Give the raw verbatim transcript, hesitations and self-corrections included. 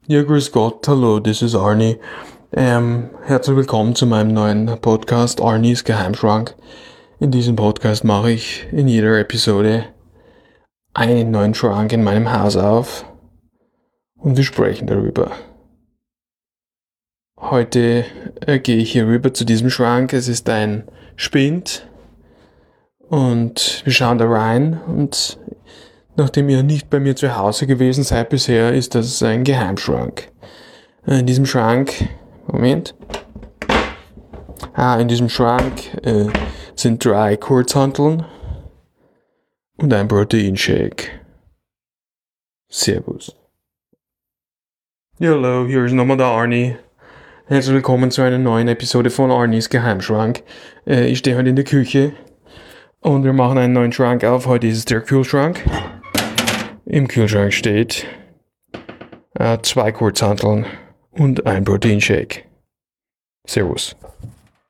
Ja, grüß Gott, hallo, das ist Arnie. Ähm, herzlich willkommen zu meinem neuen Podcast Arnies Geheimschrank. In diesem Podcast mache ich in jeder Episode einen neuen Schrank in meinem Haus auf und wir sprechen darüber. Heute äh, gehe ich hier rüber zu diesem Schrank. Es ist ein Spind und wir schauen da rein und nachdem ihr nicht bei mir zu Hause gewesen seid bisher, ist das ein Geheimschrank. In diesem Schrank, Moment, ah, in diesem Schrank äh, sind drei Kurzhanteln und ein Proteinshake. Servus. Hallo, hier ist nochmal der Arnie. Herzlich willkommen zu einer neuen Episode von Arnies Geheimschrank. Äh, ich stehe heute in der Küche und wir machen einen neuen Schrank auf. Heute ist es der Kühlschrank. Im Kühlschrank steht äh, zwei Kurzhanteln und ein Proteinshake. Servus.